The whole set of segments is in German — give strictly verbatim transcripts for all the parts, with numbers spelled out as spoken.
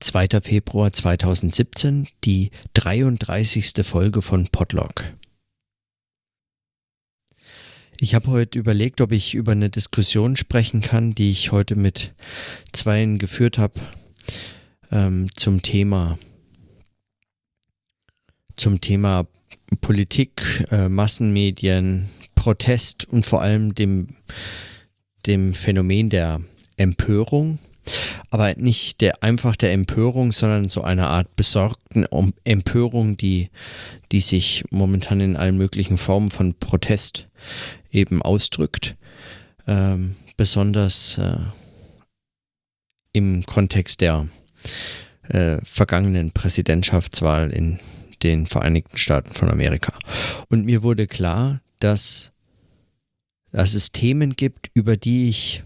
zweiter Februar zweitausendsiebzehn, die dreiunddreißigste Folge von Podlog. Ich habe heute überlegt, ob ich über eine Diskussion sprechen kann, die ich heute mit Zweien geführt habe, ähm, zum Thema, zum Thema Politik, äh, Massenmedien, Protest und vor allem dem, dem Phänomen der Empörung. Aber nicht der, einfach der Empörung, sondern so eine Art besorgten Empörung, die, die sich momentan in allen möglichen Formen von Protest eben ausdrückt. Ähm, besonders äh, im Kontext der äh, vergangenen Präsidentschaftswahl in den Vereinigten Staaten von Amerika. Und mir wurde klar, dass, dass es Themen gibt, über die ich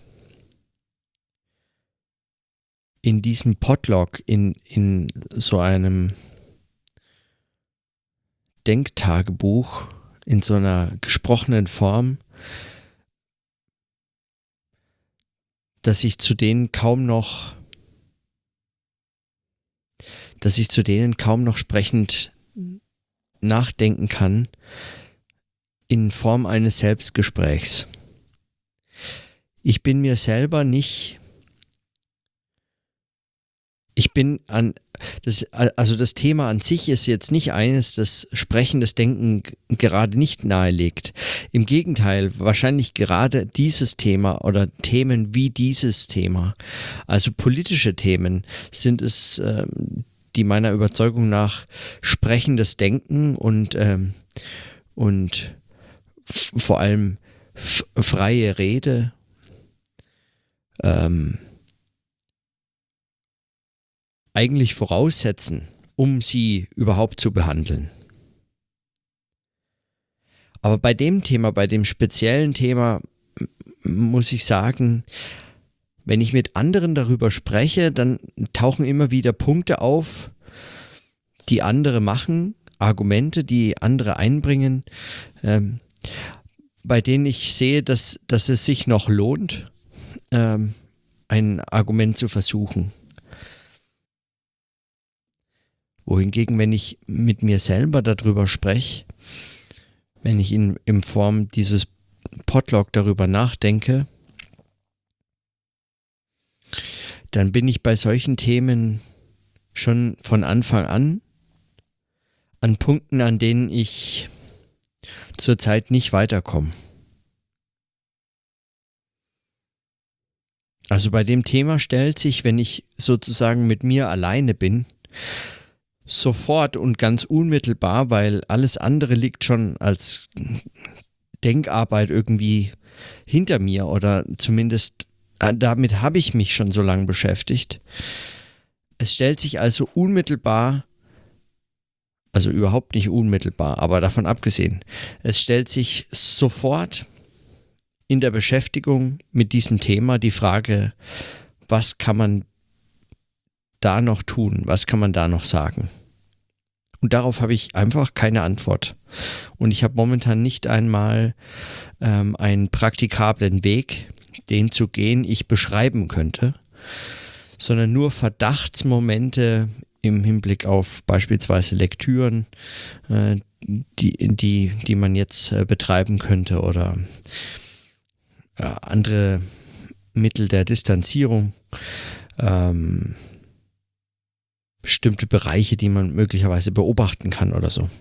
in diesem Podlog, in, in so einem Denktagebuch, in so einer gesprochenen Form, dass ich zu denen kaum noch, dass ich zu denen kaum noch sprechend nachdenken kann in Form eines Selbstgesprächs. Ich bin mir selber nicht Ich bin an, das, also das Thema an sich ist jetzt nicht eines, das sprechendes Denken gerade nicht nahelegt. Im Gegenteil, wahrscheinlich gerade dieses Thema oder Themen wie dieses Thema, also politische Themen, sind es, äh, die meiner Überzeugung nach sprechendes Denken und, ähm, und f- vor allem f- freie Rede, ähm, eigentlich voraussetzen, um sie überhaupt zu behandeln. Aber bei dem Thema, bei dem speziellen Thema, muss ich sagen, wenn ich mit anderen darüber spreche, dann tauchen immer wieder Punkte auf, die andere machen, Argumente, die andere einbringen, ähm, bei denen ich sehe, dass, dass es sich noch lohnt, ähm, ein Argument zu versuchen. Wohingegen, wenn ich mit mir selber darüber spreche, wenn ich in, in Form dieses Podlog darüber nachdenke, dann bin ich bei solchen Themen schon von Anfang an an Punkten, an denen ich zurzeit nicht weiterkomme. Also bei dem Thema stellt sich, wenn ich sozusagen mit mir alleine bin, sofort und ganz unmittelbar, weil alles andere liegt schon als Denkarbeit irgendwie hinter mir oder zumindest äh, damit habe ich mich schon so lange beschäftigt. Es stellt sich also unmittelbar, also überhaupt nicht unmittelbar, aber davon abgesehen, es stellt sich sofort in der Beschäftigung mit diesem Thema die Frage, was kann man da noch tun, was kann man da noch sagen? Und darauf habe ich einfach keine Antwort. Und ich habe momentan nicht einmal ähm, einen praktikablen Weg, den zu gehen ich beschreiben könnte, sondern nur Verdachtsmomente im Hinblick auf beispielsweise Lektüren, äh, die, die, die man jetzt äh, betreiben könnte oder äh, andere Mittel der Distanzierung. Ähm, bestimmte Bereiche, die man möglicherweise beobachten kann oder so.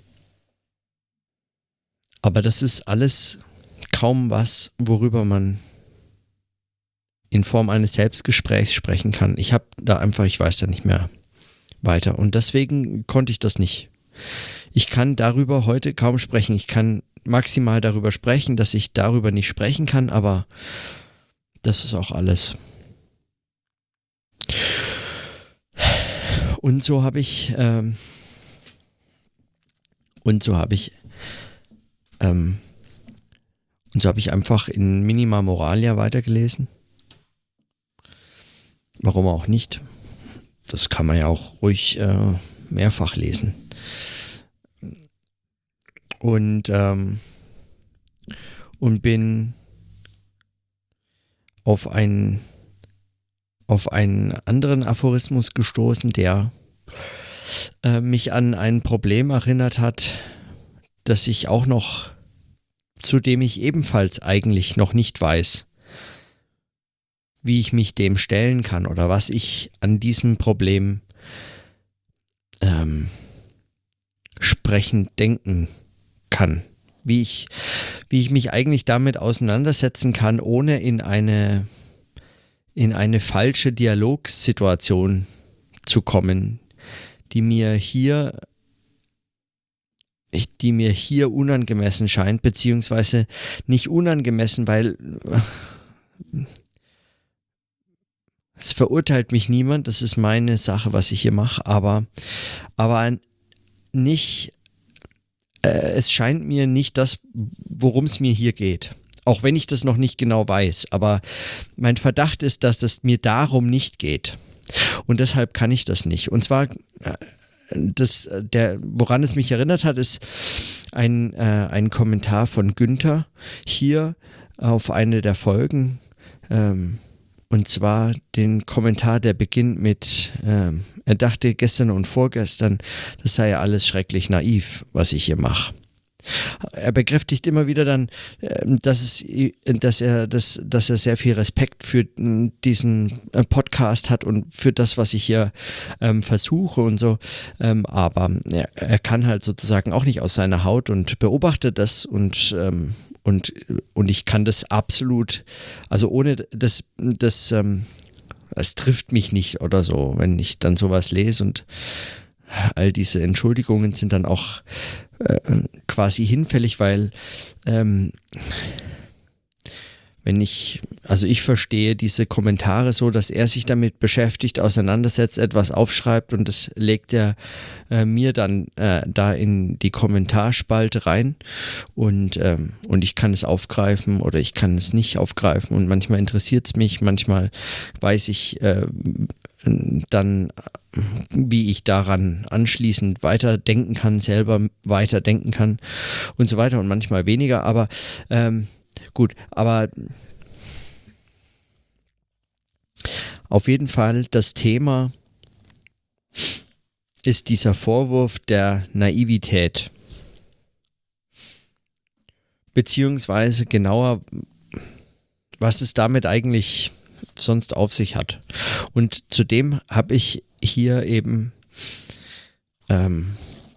Aber das ist alles kaum was, worüber man in Form eines Selbstgesprächs sprechen kann. Ich habe da einfach, ich weiß da nicht mehr weiter. Und deswegen konnte ich das nicht. Ich kann darüber heute kaum sprechen. Ich kann maximal darüber sprechen, dass ich darüber nicht sprechen kann, aber das ist auch alles. Und so habe ich ähm, und so habe ich ähm, und so habe ich einfach in Minima Moralia weitergelesen. Warum auch nicht? Das kann man ja auch ruhig äh, mehrfach lesen. Und ähm, und bin auf ein auf einen anderen Aphorismus gestoßen, der äh, mich an ein Problem erinnert hat, das ich auch noch, zu dem ich ebenfalls eigentlich noch nicht weiß, wie ich mich dem stellen kann oder was ich an diesem Problem ähm, sprechend denken kann. Wie ich, wie ich mich eigentlich damit auseinandersetzen kann, ohne in eine, in eine falsche Dialogsituation zu kommen, die mir hier, die mir hier unangemessen scheint, beziehungsweise nicht unangemessen, weil es verurteilt mich niemand, das ist meine Sache, was ich hier mache, aber, aber nicht, äh, es scheint mir nicht das, worum es mir hier geht. Auch wenn ich das noch nicht genau weiß, aber mein Verdacht ist, dass es mir darum nicht geht. Und deshalb kann ich das nicht. Und zwar, das, der, woran es mich erinnert hat, ist ein, äh, ein Kommentar von Günther hier auf eine der Folgen, ähm, und zwar den Kommentar, der beginnt mit, ähm, er dachte gestern und vorgestern, das sei ja alles schrecklich naiv, was ich hier mache. Er bekräftigt immer wieder dann, dass, es, dass, er, dass, dass er sehr viel Respekt für diesen Podcast hat und für das, was ich hier ähm, versuche und so. Ähm, aber er, er kann halt sozusagen auch nicht aus seiner Haut und beobachtet das und, ähm, und, und ich kann das absolut, also ohne das, das, ähm, es trifft mich nicht oder so, wenn ich dann sowas lese und all diese Entschuldigungen sind dann auch äh, quasi hinfällig, weil ähm, wenn ich, also ich verstehe diese Kommentare so, dass er sich damit beschäftigt, auseinandersetzt, etwas aufschreibt und das legt er äh, mir dann äh, da in die Kommentarspalte rein und, ähm, und ich kann es aufgreifen oder ich kann es nicht aufgreifen und manchmal interessiert es mich, manchmal weiß ich äh, dann, wie ich daran anschließend weiterdenken kann, selber weiterdenken kann und so weiter und manchmal weniger, aber ähm, gut, aber auf jeden Fall das Thema ist dieser Vorwurf der Naivität. Beziehungsweise genauer, was es damit eigentlich sonst auf sich hat. Und zudem habe ich hier eben ähm,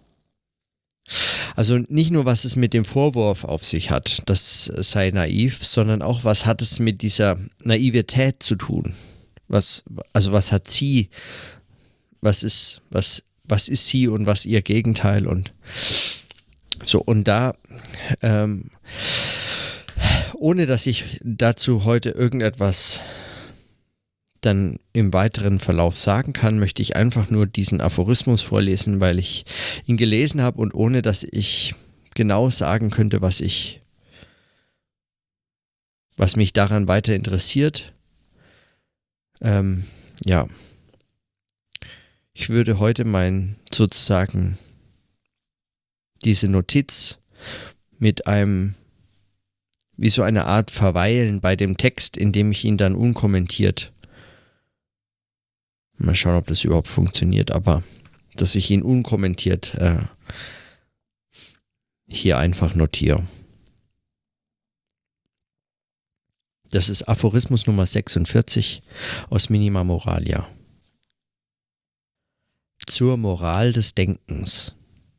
also nicht nur, was es mit dem Vorwurf auf sich hat, das sei naiv, sondern auch, was hat es mit dieser Naivität zu tun? Was, also was hat sie, was ist, was, was ist sie und was ihr Gegenteil und so, und da ähm, ohne dass ich dazu heute irgendetwas dann im weiteren Verlauf sagen kann, möchte ich einfach nur diesen Aphorismus vorlesen, weil ich ihn gelesen habe und ohne dass ich genau sagen könnte, was ich, was mich daran weiter interessiert. Ähm, ja, ich würde heute mein sozusagen diese Notiz mit einem, wie so eine Art Verweilen bei dem Text, indem ich ihn dann unkommentiert, mal schauen, ob das überhaupt funktioniert, aber dass ich ihn unkommentiert äh, hier einfach notiere. Das ist Aphorismus Nummer sechsundvierzig aus Minima Moralia. Zur Moral des Denkens.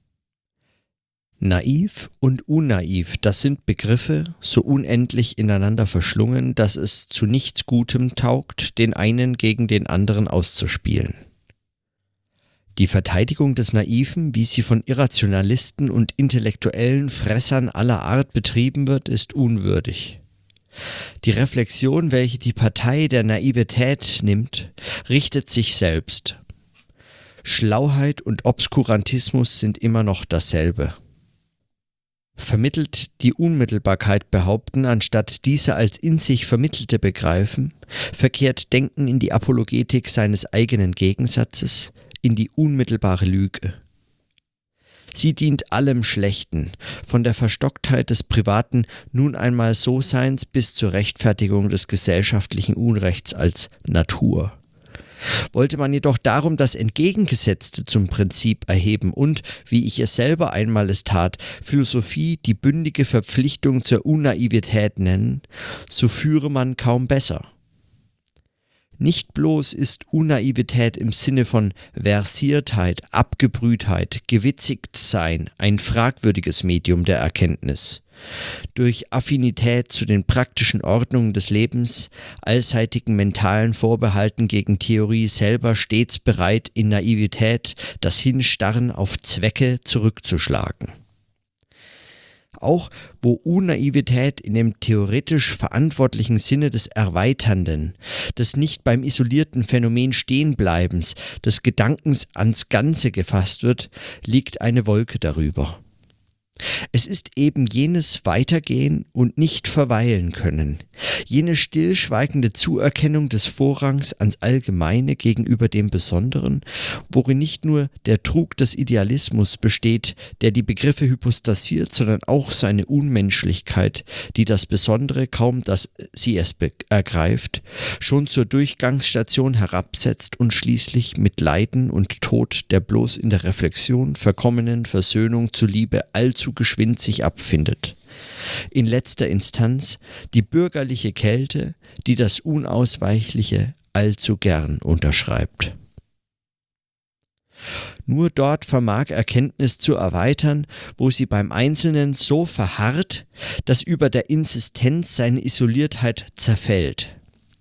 Naiv und unnaiv, das sind Begriffe, so unendlich ineinander verschlungen, dass es zu nichts Gutem taugt, den einen gegen den anderen auszuspielen. Die Verteidigung des Naiven, wie sie von Irrationalisten und intellektuellen Fressern aller Art betrieben wird, ist unwürdig. Die Reflexion, welche die Partei der Naivität nimmt, richtet sich selbst. Schlauheit und Obskurantismus sind immer noch dasselbe. Vermittelt die Unmittelbarkeit behaupten, anstatt diese als in sich vermittelte begreifen, verkehrt Denken in die Apologetik seines eigenen Gegensatzes, in die unmittelbare Lüge. Sie dient allem Schlechten, von der Verstocktheit des privaten nun einmal So-Seins bis zur Rechtfertigung des gesellschaftlichen Unrechts als Natur. Wollte man jedoch darum das Entgegengesetzte zum Prinzip erheben und, wie ich es selber einmal es tat, Philosophie die bündige Verpflichtung zur Unnaivität nennen, so führe man kaum besser. Nicht bloß ist Unnaivität im Sinne von Versiertheit, Abgebrühtheit, Gewitzigtsein ein fragwürdiges Medium der Erkenntnis. Durch Affinität zu den praktischen Ordnungen des Lebens, allseitigen mentalen Vorbehalten gegen Theorie selber stets bereit, in Naivität das Hinstarren auf Zwecke zurückzuschlagen. Auch wo Unnaivität in dem theoretisch verantwortlichen Sinne des Erweiternden, des nicht beim isolierten Phänomen Stehenbleibens, des Gedankens ans Ganze gefasst wird, liegt eine Wolke darüber. Es ist eben jenes Weitergehen und nicht verweilen können, jene stillschweigende Zuerkennung des Vorrangs ans Allgemeine gegenüber dem Besonderen, worin nicht nur der Trug des Idealismus besteht, der die Begriffe hypostasiert, sondern auch seine Unmenschlichkeit, die das Besondere, kaum dass sie es ergreift, schon zur Durchgangsstation herabsetzt und schließlich mit Leiden und Tod der bloß in der Reflexion verkommenen Versöhnung zuliebe allzu geschwind sich abfindet. In letzter Instanz die bürgerliche Kälte, die das Unausweichliche allzu gern unterschreibt. Nur dort vermag Erkenntnis zu erweitern, wo sie beim Einzelnen so verharrt, dass über der Insistenz seine Isoliertheit zerfällt.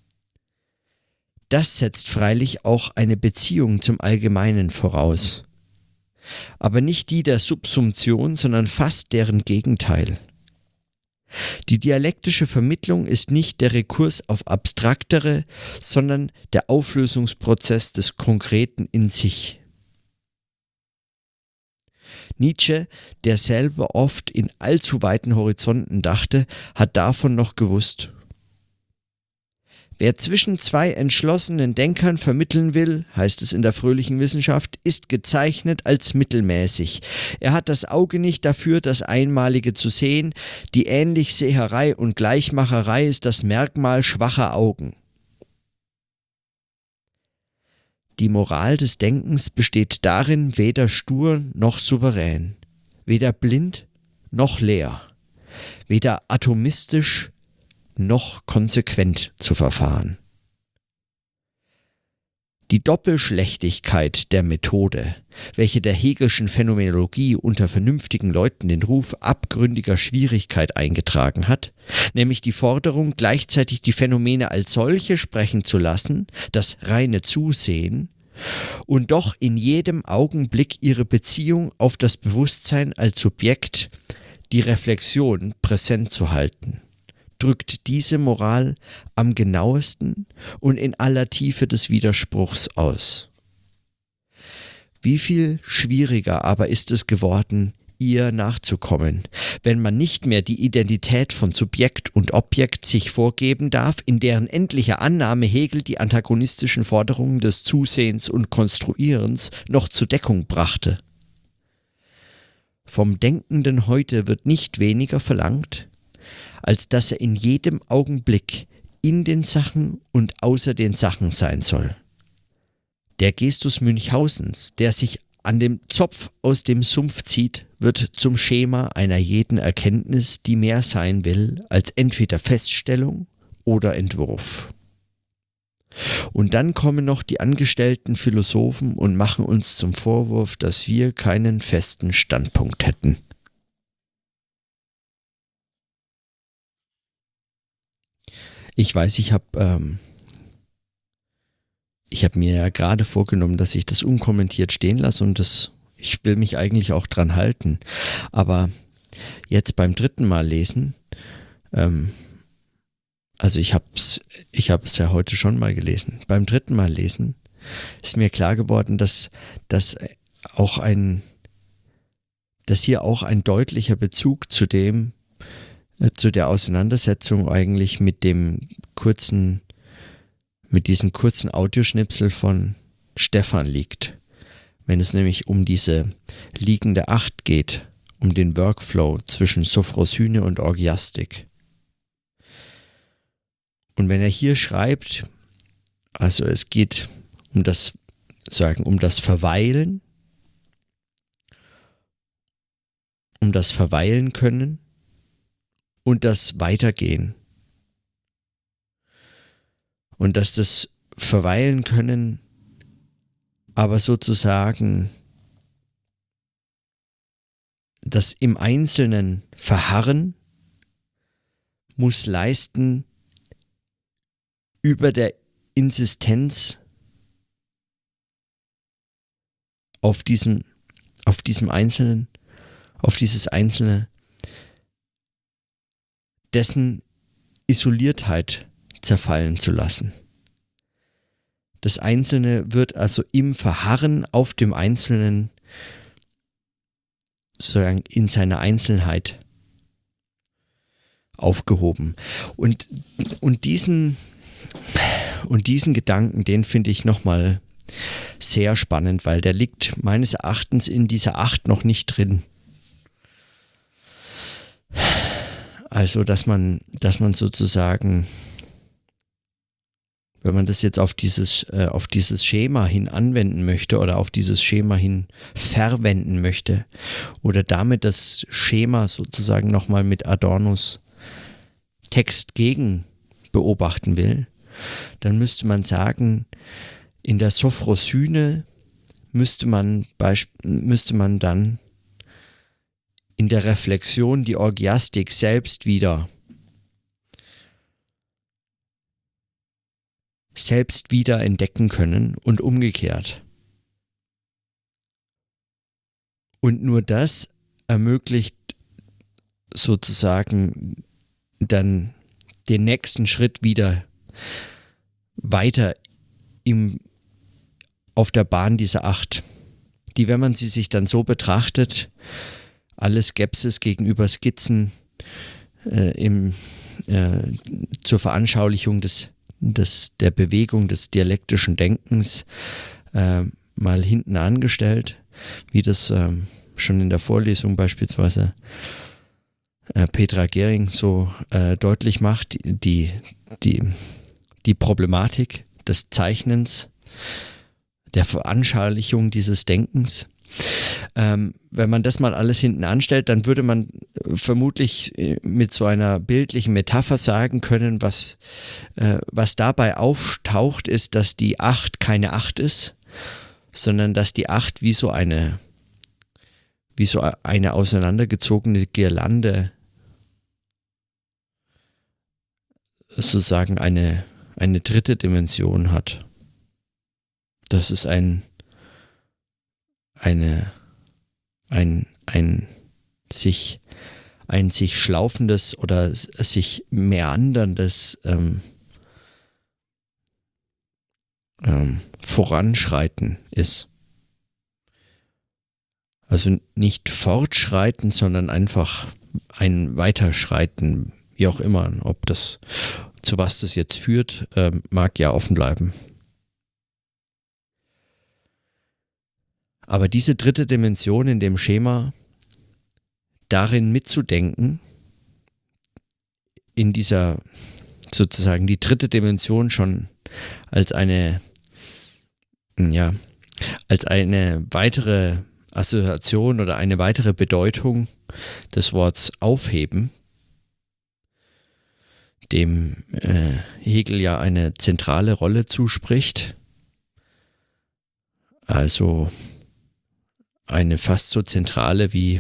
Das setzt freilich auch eine Beziehung zum Allgemeinen voraus. Aber nicht die der Subsumption, sondern fast deren Gegenteil. Die dialektische Vermittlung ist nicht der Rekurs auf Abstraktere, sondern der Auflösungsprozess des Konkreten in sich. Nietzsche, der selber oft in allzu weiten Horizonten dachte, hat davon noch gewusst. Wer zwischen zwei entschlossenen Denkern vermitteln will, heißt es in der fröhlichen Wissenschaft, ist gezeichnet als mittelmäßig. Er hat das Auge nicht dafür, das Einmalige zu sehen. Die Ähnlichseherei und Gleichmacherei ist das Merkmal schwacher Augen. Die Moral des Denkens besteht darin, weder stur noch souverän, weder blind noch leer, weder atomistisch noch konsequent zu verfahren. Die Doppelschlechtigkeit der Methode, welche der Hegelschen Phänomenologie unter vernünftigen Leuten den Ruf abgründiger Schwierigkeit eingetragen hat, nämlich die Forderung, gleichzeitig die Phänomene als solche sprechen zu lassen, das reine Zusehen, und doch in jedem Augenblick ihre Beziehung auf das Bewusstsein als Subjekt, die Reflexion, präsent zu halten, drückt diese Moral am genauesten und in aller Tiefe des Widerspruchs aus. Wie viel schwieriger aber ist es geworden, ihr nachzukommen, wenn man nicht mehr die Identität von Subjekt und Objekt sich vorgeben darf, in deren endlicher Annahme Hegel die antagonistischen Forderungen des Zusehens und Konstruierens noch zur Deckung brachte. Vom Denkenden heute wird nicht weniger verlangt, als dass er in jedem Augenblick in den Sachen und außer den Sachen sein soll. Der Gestus Münchhausens, der sich an dem Zopf aus dem Sumpf zieht, wird zum Schema einer jeden Erkenntnis, die mehr sein will als entweder Feststellung oder Entwurf. Und dann kommen noch die angestellten Philosophen und machen uns zum Vorwurf, dass wir keinen festen Standpunkt hätten. Ich weiß, ich habe ähm, ich habe mir ja gerade vorgenommen, dass ich das unkommentiert stehen lasse und das, ich will mich eigentlich auch dran halten. Aber jetzt beim dritten Mal lesen, ähm, also ich habe es ich habe es ja heute schon mal gelesen, beim dritten Mal lesen ist mir klar geworden, dass, dass auch ein, dass hier auch ein deutlicher Bezug zu dem zu der Auseinandersetzung eigentlich mit dem kurzen, mit diesem kurzen Audioschnipsel von Stefan liegt. Wenn es nämlich um diese liegende Acht geht, um den Workflow zwischen Sophrosyne und Orgiastik. Und wenn er hier schreibt, also es geht um das sagen, um das Verweilen, um das Verweilen können und das Weitergehen. Und dass das Verweilen können, aber sozusagen das im Einzelnen Verharren muss leisten über der Insistenz auf diesem, auf diesem Einzelnen, auf dieses Einzelne, dessen Isoliertheit zerfallen zu lassen. Das Einzelne wird also im Verharren auf dem Einzelnen sozusagen in seiner Einzelheit aufgehoben. Und, und, diesen, und diesen Gedanken, den finde ich nochmal sehr spannend, weil der liegt meines Erachtens in dieser Acht noch nicht drin. Also, dass man, dass man sozusagen, wenn man das jetzt auf dieses, äh, auf dieses Schema hin anwenden möchte oder auf dieses Schema hin verwenden möchte oder damit das Schema sozusagen nochmal mit Adornos Text gegen beobachten will, dann müsste man sagen, in der Sophrosyne müsste man, beisp- müsste man dann in der Reflexion die Orgiastik selbst wieder selbst wieder entdecken können und umgekehrt. Und nur das ermöglicht sozusagen dann den nächsten Schritt wieder weiter im, auf der Bahn dieser Acht, die, wenn man sie sich dann so betrachtet, alle Skepsis gegenüber Skizzen äh, im, äh, zur Veranschaulichung des, des, der Bewegung des dialektischen Denkens äh, mal hinten angestellt, wie das äh, schon in der Vorlesung beispielsweise äh, Petra Gehring so äh, deutlich macht, die, die, die Problematik des Zeichnens, der Veranschaulichung dieses Denkens. Ähm, wenn man das mal alles hinten anstellt, dann würde man vermutlich mit so einer bildlichen Metapher sagen können, was, äh, was dabei auftaucht, ist, dass die Acht keine Acht ist, sondern dass die Acht wie so eine, wie so eine auseinandergezogene Girlande sozusagen eine, eine dritte Dimension hat. Das ist ein eine ein, ein sich ein sich schlaufendes oder sich meanderndes ähm, ähm, Voranschreiten ist. Also nicht fortschreiten, sondern einfach ein Weiterschreiten, wie auch immer. Ob das, zu was das jetzt führt, äh, mag ja offen bleiben. Aber diese dritte Dimension in dem Schema, darin mitzudenken, in dieser sozusagen die dritte Dimension schon als eine, ja, als eine weitere Assoziation oder eine weitere Bedeutung des Wortes aufheben, dem äh, Hegel ja eine zentrale Rolle zuspricht, also eine fast so zentrale wie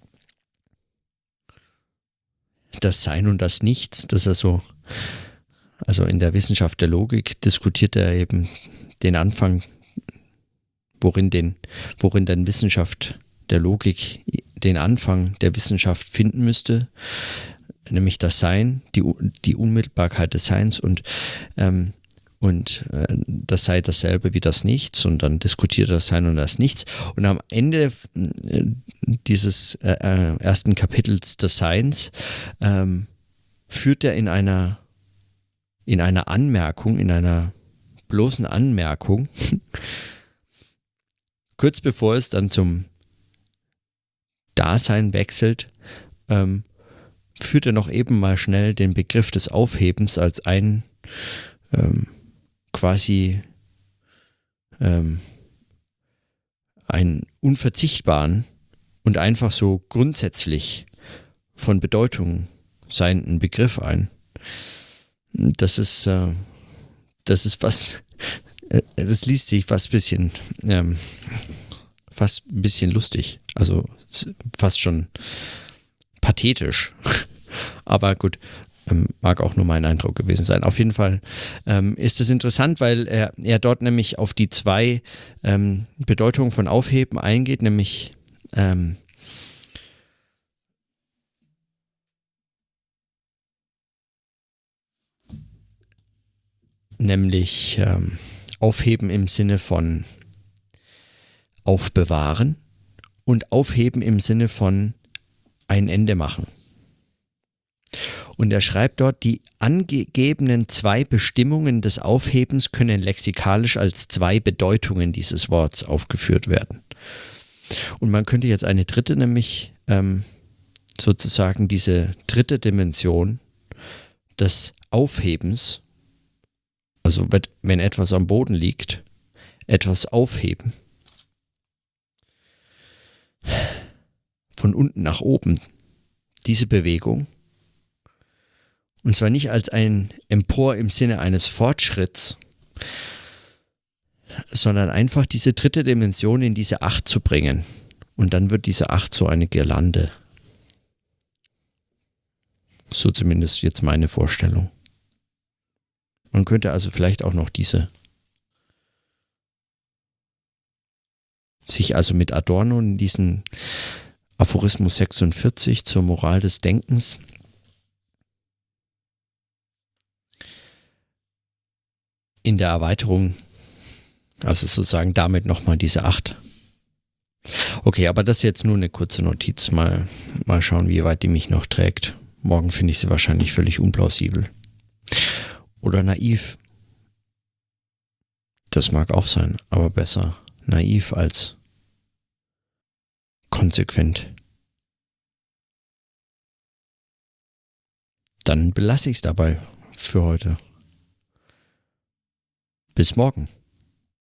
das Sein und das Nichts, das er so, also in der Wissenschaft der Logik diskutiert er eben den Anfang, worin den, worin dann Wissenschaft der Logik den Anfang der Wissenschaft finden müsste, nämlich das Sein, die, die Unmittelbarkeit des Seins und ähm, und äh, das sei dasselbe wie das Nichts und dann diskutiert das Sein und das Nichts und am Ende äh, dieses äh, ersten Kapitels des Seins ähm, führt er in einer in einer Anmerkung, in einer bloßen Anmerkung, kurz bevor es dann zum Dasein wechselt, ähm, führt er noch eben mal schnell den Begriff des Aufhebens als ein ähm, quasi ähm, einen unverzichtbaren und einfach so grundsätzlich von Bedeutung seienden Begriff ein. Das ist, äh, das ist was, äh, das liest sich fast ein bisschen, ähm, fast ein bisschen lustig, also fast schon pathetisch. Aber gut, ähm, mag auch nur mein Eindruck gewesen sein. Auf jeden Fall ähm, ist es interessant, weil er, er dort nämlich auf die zwei ähm, Bedeutungen von Aufheben eingeht, nämlich ähm, nämlich ähm, Aufheben im Sinne von aufbewahren und Aufheben im Sinne von ein Ende machen. Und er schreibt dort, die angegebenen zwei Bestimmungen des Aufhebens können lexikalisch als zwei Bedeutungen dieses Worts aufgeführt werden. Und man könnte jetzt eine dritte, nämlich ähm, sozusagen diese dritte Dimension des Aufhebens, also wenn etwas am Boden liegt, etwas aufheben. Von unten nach oben. Diese Bewegung. Und zwar nicht als ein Empor im Sinne eines Fortschritts, sondern einfach diese dritte Dimension in diese Acht zu bringen. Und dann wird diese Acht so eine Girlande. So zumindest jetzt meine Vorstellung. Man könnte also vielleicht auch noch diese, sich also mit Adorno in diesem Aphorismus sechsundvierzig zur Moral des Denkens in der Erweiterung, also sozusagen damit nochmal diese Acht. Okay, aber das ist jetzt nur eine kurze Notiz. Mal, mal schauen, wie weit die mich noch trägt. Morgen finde ich sie wahrscheinlich völlig unplausibel. Oder naiv. Das mag auch sein, aber besser naiv als konsequent. Dann belasse ich es dabei für heute. Bis morgen.